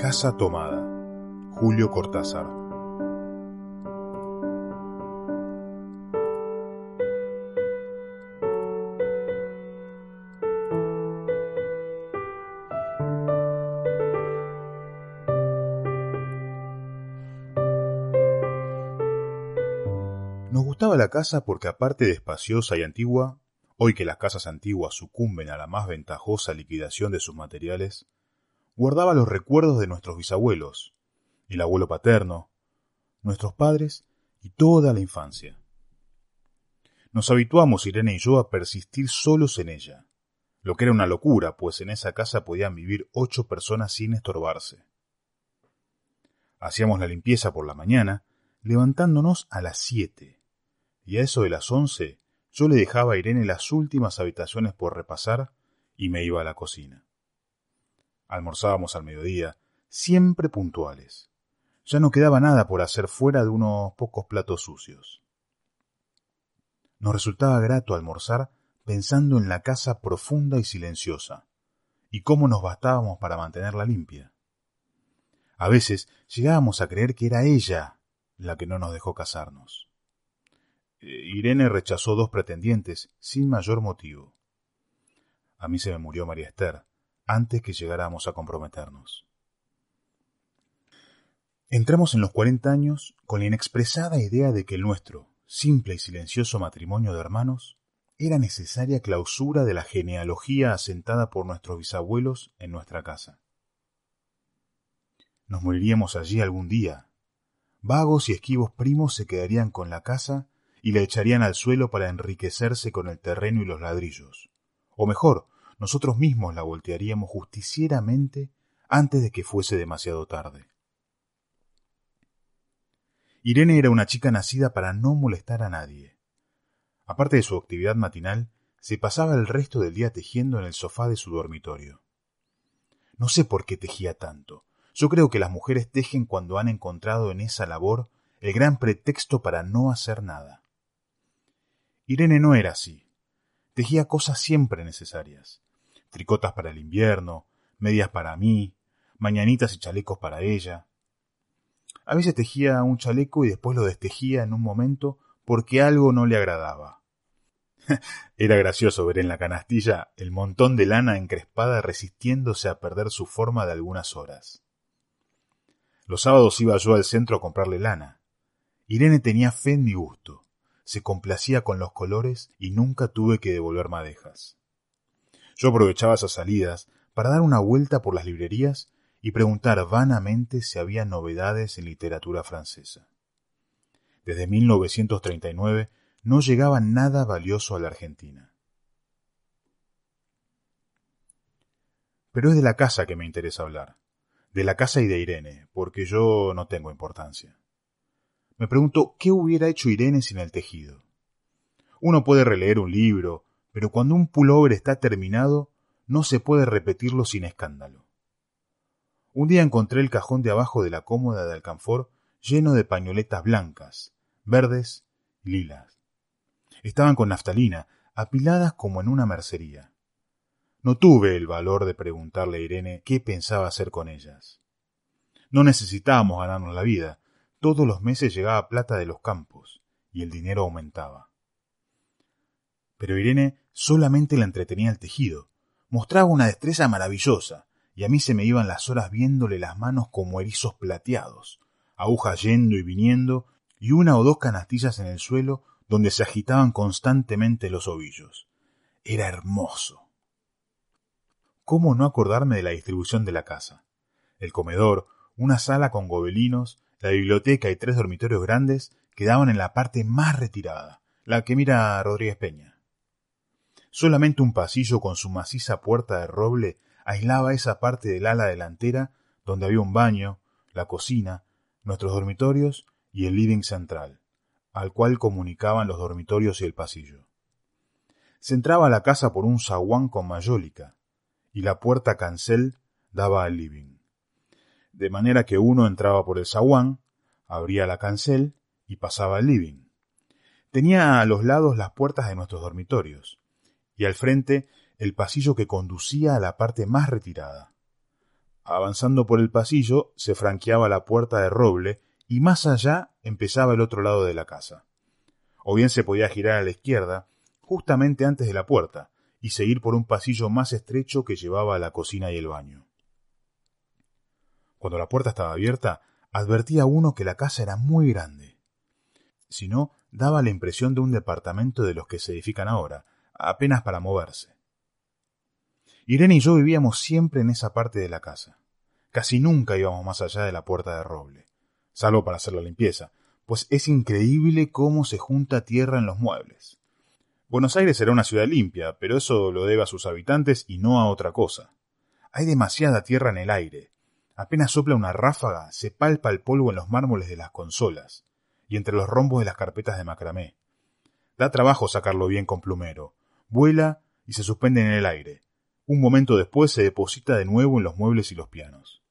Casa tomada. Julio Cortázar. Nos gustaba la casa porque, aparte de espaciosa y antigua, hoy que las casas antiguas sucumben a la más ventajosa liquidación de sus materiales, guardaba los recuerdos de nuestros bisabuelos, el abuelo paterno, nuestros padres y toda la infancia. Nos habituamos, Irene y yo, a persistir solos en ella, lo que era una locura, pues en esa casa podían vivir 8 personas sin estorbarse. Hacíamos la limpieza por la mañana, levantándonos a las 7, y a eso de las 11 yo le dejaba a Irene las últimas habitaciones por repasar y me iba a la cocina. Almorzábamos al mediodía, siempre puntuales. Ya no quedaba nada por hacer fuera de unos pocos platos sucios. Nos resultaba grato almorzar pensando en la casa profunda y silenciosa, y cómo nos bastábamos para mantenerla limpia. A veces llegábamos a creer que era ella la que no nos dejó casarnos. Irene rechazó 2 pretendientes sin mayor motivo. A mí se me murió María Esther antes que llegáramos a comprometernos. Entramos en los 40 años con la inexpresada idea de que el nuestro, simple y silencioso matrimonio de hermanos, era necesaria clausura de la genealogía asentada por nuestros bisabuelos en nuestra casa. Nos moriríamos allí algún día. Vagos y esquivos primos se quedarían con la casa y la echarían al suelo para enriquecerse con el terreno y los ladrillos. O mejor, nosotros mismos la voltearíamos justicieramente antes de que fuese demasiado tarde. Irene era una chica nacida para no molestar a nadie. Aparte de su actividad matinal, se pasaba el resto del día tejiendo en el sofá de su dormitorio. No sé por qué tejía tanto. Yo creo que las mujeres tejen cuando han encontrado en esa labor el gran pretexto para no hacer nada. Irene no era así. Tejía cosas siempre necesarias. Tricotas para el invierno, medias para mí, mañanitas y chalecos para ella. A veces tejía un chaleco y después lo destejía en un momento porque algo no le agradaba. Era gracioso ver en la canastilla el montón de lana encrespada resistiéndose a perder su forma de algunas horas. Los sábados iba yo al centro a comprarle lana. Irene tenía fe en mi gusto. Se complacía con los colores y nunca tuve que devolver madejas. Yo aprovechaba esas salidas para dar una vuelta por las librerías y preguntar vanamente si había novedades en literatura francesa. Desde 1939 no llegaba nada valioso a la Argentina. Pero es de la casa que me interesa hablar, de la casa y de Irene, porque yo no tengo importancia. Me pregunto qué hubiera hecho Irene sin el tejido. Uno puede releer un libro, pero cuando un pullover está terminado, no se puede repetirlo sin escándalo. Un día encontré el cajón de abajo de la cómoda de alcanfor lleno de pañoletas blancas, verdes y lilas. Estaban con naftalina, apiladas como en una mercería. No tuve el valor de preguntarle a Irene qué pensaba hacer con ellas. No necesitábamos ganarnos la vida. Todos los meses llegaba plata de los campos y el dinero aumentaba. Pero Irene solamente la entretenía el tejido. Mostraba una destreza maravillosa y a mí se me iban las horas viéndole las manos como erizos plateados, agujas yendo y viniendo y 1 o 2 canastillas en el suelo donde se agitaban constantemente los ovillos. Era hermoso. ¿Cómo no acordarme de la distribución de la casa? El comedor, una sala con gobelinos, la biblioteca y 3 dormitorios grandes quedaban en la parte más retirada, la que mira a Rodríguez Peña. Solamente un pasillo con su maciza puerta de roble aislaba esa parte del ala delantera donde había un baño, la cocina, nuestros dormitorios y el living central, al cual comunicaban los dormitorios y el pasillo. Se entraba a la casa por un zaguán con mayólica y la puerta cancel daba al living. De manera que uno entraba por el zaguán, abría la cancel y pasaba al living. Tenía a los lados las puertas de nuestros dormitorios y al frente el pasillo que conducía a la parte más retirada. Avanzando por el pasillo se franqueaba la puerta de roble y más allá empezaba el otro lado de la casa. O bien se podía girar a la izquierda, justamente antes de la puerta, y seguir por un pasillo más estrecho que llevaba a la cocina y el baño. Cuando la puerta estaba abierta, advertía uno que la casa era muy grande. Si no, daba la impresión de un departamento de los que se edifican ahora, apenas para moverse. Irene y yo vivíamos siempre en esa parte de la casa. Casi nunca íbamos más allá de la puerta de roble, salvo para hacer la limpieza, pues es increíble cómo se junta tierra en los muebles. Buenos Aires será una ciudad limpia, pero eso lo debe a sus habitantes y no a otra cosa. Hay demasiada tierra en el aire. Apenas sopla una ráfaga, se palpa el polvo en los mármoles de las consolas y entre los rombos de las carpetas de macramé. Da trabajo sacarlo bien con plumero. Vuela y se suspende en el aire. Un momento después se deposita de nuevo en los muebles y los pianos.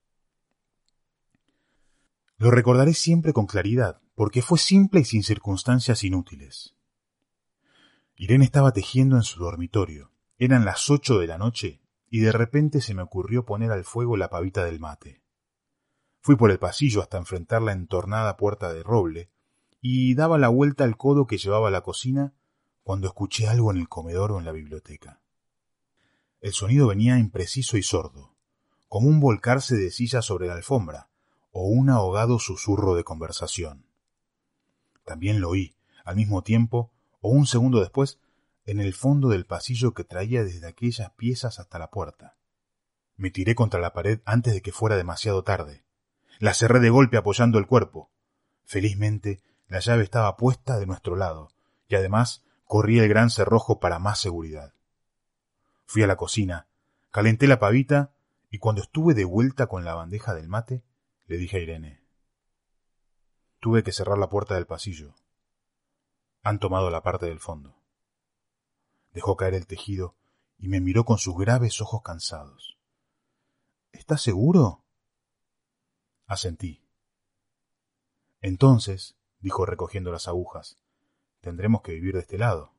Lo recordaré siempre con claridad, porque fue simple y sin circunstancias inútiles. Irene estaba tejiendo en su dormitorio. Eran las 8 de la noche y de repente se me ocurrió poner al fuego la pavita del mate. Fui por el pasillo hasta enfrentar la entornada puerta de roble y daba la vuelta al codo que llevaba a la cocina cuando escuché algo en el comedor o en la biblioteca. El sonido venía impreciso y sordo, como un volcarse de silla sobre la alfombra o un ahogado susurro de conversación. También lo oí, al mismo tiempo, o un segundo después, en el fondo del pasillo que traía desde aquellas piezas hasta la puerta. Me tiré contra la pared antes de que fuera demasiado tarde. La cerré de golpe apoyando el cuerpo. Felizmente, la llave estaba puesta de nuestro lado, y además corrí el gran cerrojo para más seguridad. Fui a la cocina, calenté la pavita, y cuando estuve de vuelta con la bandeja del mate, le dije a Irene: tuve que cerrar la puerta del pasillo. Han tomado la parte del fondo. Dejó caer el tejido y me miró con sus graves ojos cansados. ¿Estás seguro? Asentí. Entonces, dijo recogiendo las agujas, tendremos que vivir de este lado.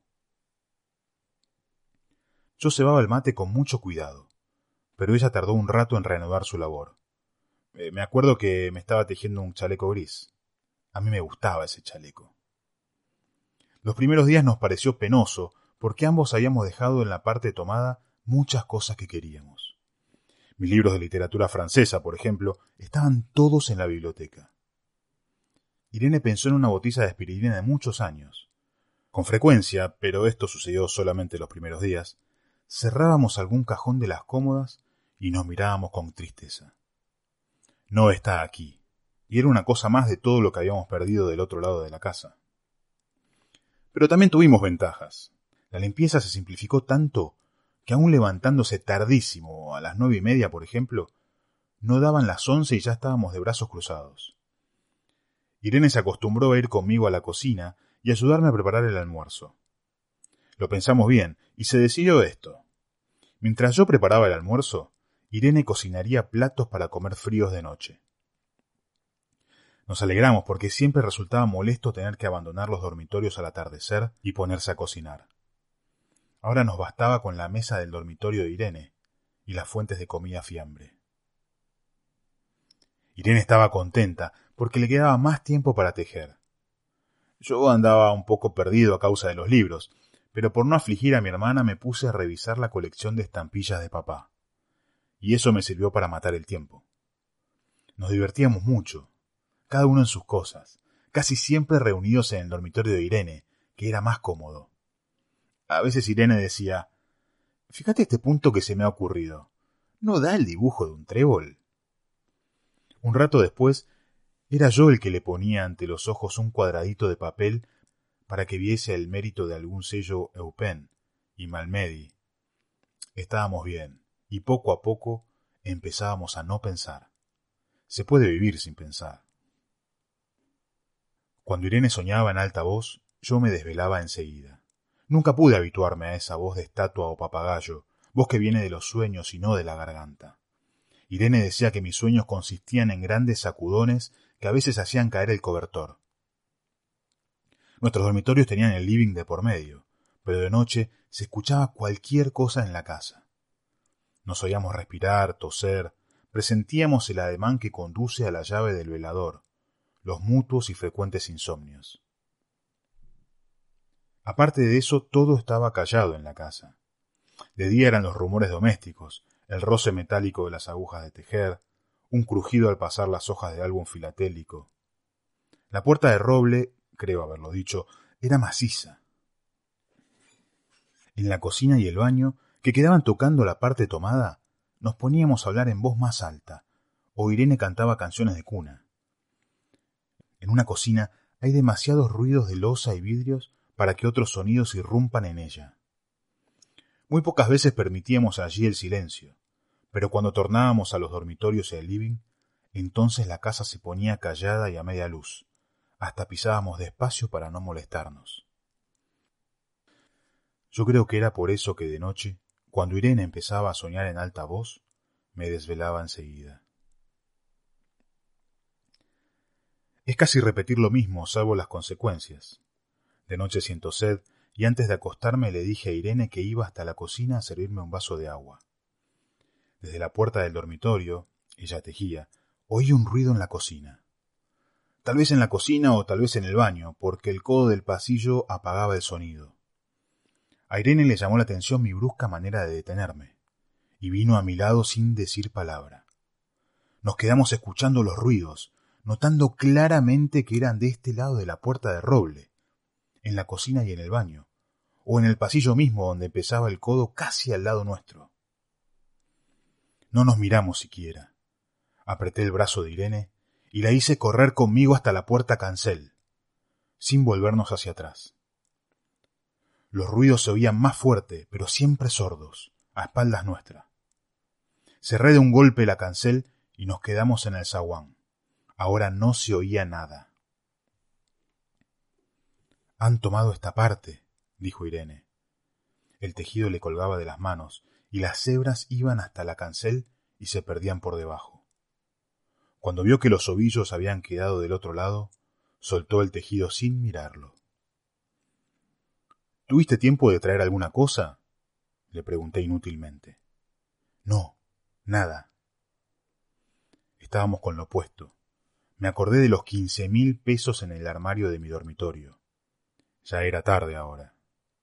Yo cebaba el mate con mucho cuidado, pero ella tardó un rato en reanudar su labor. Me acuerdo que me estaba tejiendo un chaleco gris. A mí me gustaba ese chaleco. Los primeros días nos pareció penoso, porque ambos habíamos dejado en la parte tomada muchas cosas que queríamos. Mis libros de literatura francesa, por ejemplo, estaban todos en la biblioteca. Irene pensó en una botella de aspirina de muchos años. Con frecuencia, pero esto sucedió solamente los primeros días, cerrábamos algún cajón de las cómodas y nos mirábamos con tristeza. No está aquí, y era una cosa más de todo lo que habíamos perdido del otro lado de la casa. Pero también tuvimos ventajas. La limpieza se simplificó tanto que aún levantándose tardísimo, a las 9:30, por ejemplo, no daban las 11 y ya estábamos de brazos cruzados. Irene se acostumbró a ir conmigo a la cocina y ayudarme a preparar el almuerzo. Lo pensamos bien y se decidió esto. Mientras yo preparaba el almuerzo, Irene cocinaría platos para comer fríos de noche. Nos alegramos porque siempre resultaba molesto tener que abandonar los dormitorios al atardecer y ponerse a cocinar. Ahora nos bastaba con la mesa del dormitorio de Irene y las fuentes de comida fiambre. Irene estaba contenta porque le quedaba más tiempo para tejer. Yo andaba un poco perdido a causa de los libros, pero por no afligir a mi hermana me puse a revisar la colección de estampillas de papá. Y eso me sirvió para matar el tiempo. Nos divertíamos mucho, cada uno en sus cosas, casi siempre reunidos en el dormitorio de Irene, que era más cómodo. A veces Irene decía: fíjate este punto que se me ha ocurrido. ¿No da el dibujo de un trébol? Un rato después, era yo el que le ponía ante los ojos un cuadradito de papel para que viese el mérito de algún sello Eupen y Malmedy. Estábamos bien, y poco a poco empezábamos a no pensar. Se puede vivir sin pensar. Cuando Irene soñaba en alta voz, yo me desvelaba enseguida. Nunca pude habituarme a esa voz de estatua o papagayo, voz que viene de los sueños y no de la garganta. Irene decía que mis sueños consistían en grandes sacudones que a veces hacían caer el cobertor. Nuestros dormitorios tenían el living de por medio, pero de noche se escuchaba cualquier cosa en la casa. Nos oíamos respirar, toser, presentíamos el ademán que conduce a la llave del velador, los mutuos y frecuentes insomnios. Aparte de eso, todo estaba callado en la casa. De día eran los rumores domésticos, el roce metálico de las agujas de tejer, un crujido al pasar las hojas de álbum filatélico. La puerta de roble, creo haberlo dicho, era maciza. En la cocina y el baño, que quedaban tocando la parte tomada, nos poníamos a hablar en voz más alta, o Irene cantaba canciones de cuna. En una cocina hay demasiados ruidos de loza y vidrios para que otros sonidos irrumpan en ella. Muy pocas veces permitíamos allí el silencio, pero cuando tornábamos a los dormitorios y al living, entonces la casa se ponía callada y a media luz, hasta pisábamos despacio para no molestarnos. Yo creo que era por eso que de noche, cuando Irene empezaba a soñar en alta voz, me desvelaba enseguida. Es casi repetir lo mismo, salvo las consecuencias. De noche siento sed, y antes de acostarme le dije a Irene que iba hasta la cocina a servirme un vaso de agua. Desde la puerta del dormitorio, ella tejía, oí un ruido en la cocina. Tal vez en la cocina o tal vez en el baño, porque el codo del pasillo apagaba el sonido. A Irene le llamó la atención mi brusca manera de detenerme, y vino a mi lado sin decir palabra. Nos quedamos escuchando los ruidos, notando claramente que eran de este lado de la puerta de roble, en la cocina y en el baño, o en el pasillo mismo donde empezaba el codo casi al lado nuestro. No nos miramos siquiera. Apreté el brazo de Irene y la hice correr conmigo hasta la puerta cancel, sin volvernos hacia atrás. Los ruidos se oían más fuerte, pero siempre sordos, a espaldas nuestras. Cerré de un golpe la cancel y nos quedamos en el zaguán. Ahora no se oía nada. «Han tomado esta parte», dijo Irene. El tejido le colgaba de las manos y las hebras iban hasta la cancel y se perdían por debajo. Cuando vio que los ovillos habían quedado del otro lado, soltó el tejido sin mirarlo. «¿Tuviste tiempo de traer alguna cosa?», le pregunté inútilmente. «No, nada». Estábamos con lo opuesto. Me acordé de los 15.000 pesos en el armario de mi dormitorio. Ya era tarde ahora.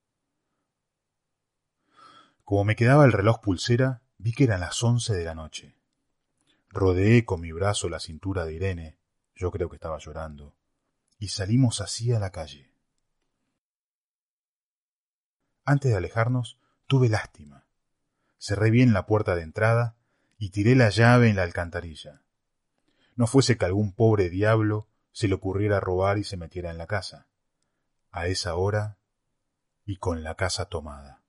Como me quedaba el reloj pulsera, vi que eran las 11 de la noche. Rodeé con mi brazo la cintura de Irene, yo creo que estaba llorando, y salimos así a la calle. Antes de alejarnos, tuve lástima. Cerré bien la puerta de entrada y tiré la llave en la alcantarilla. No fuese que algún pobre diablo se le ocurriera robar y se metiera en la casa, a esa hora y con la casa tomada.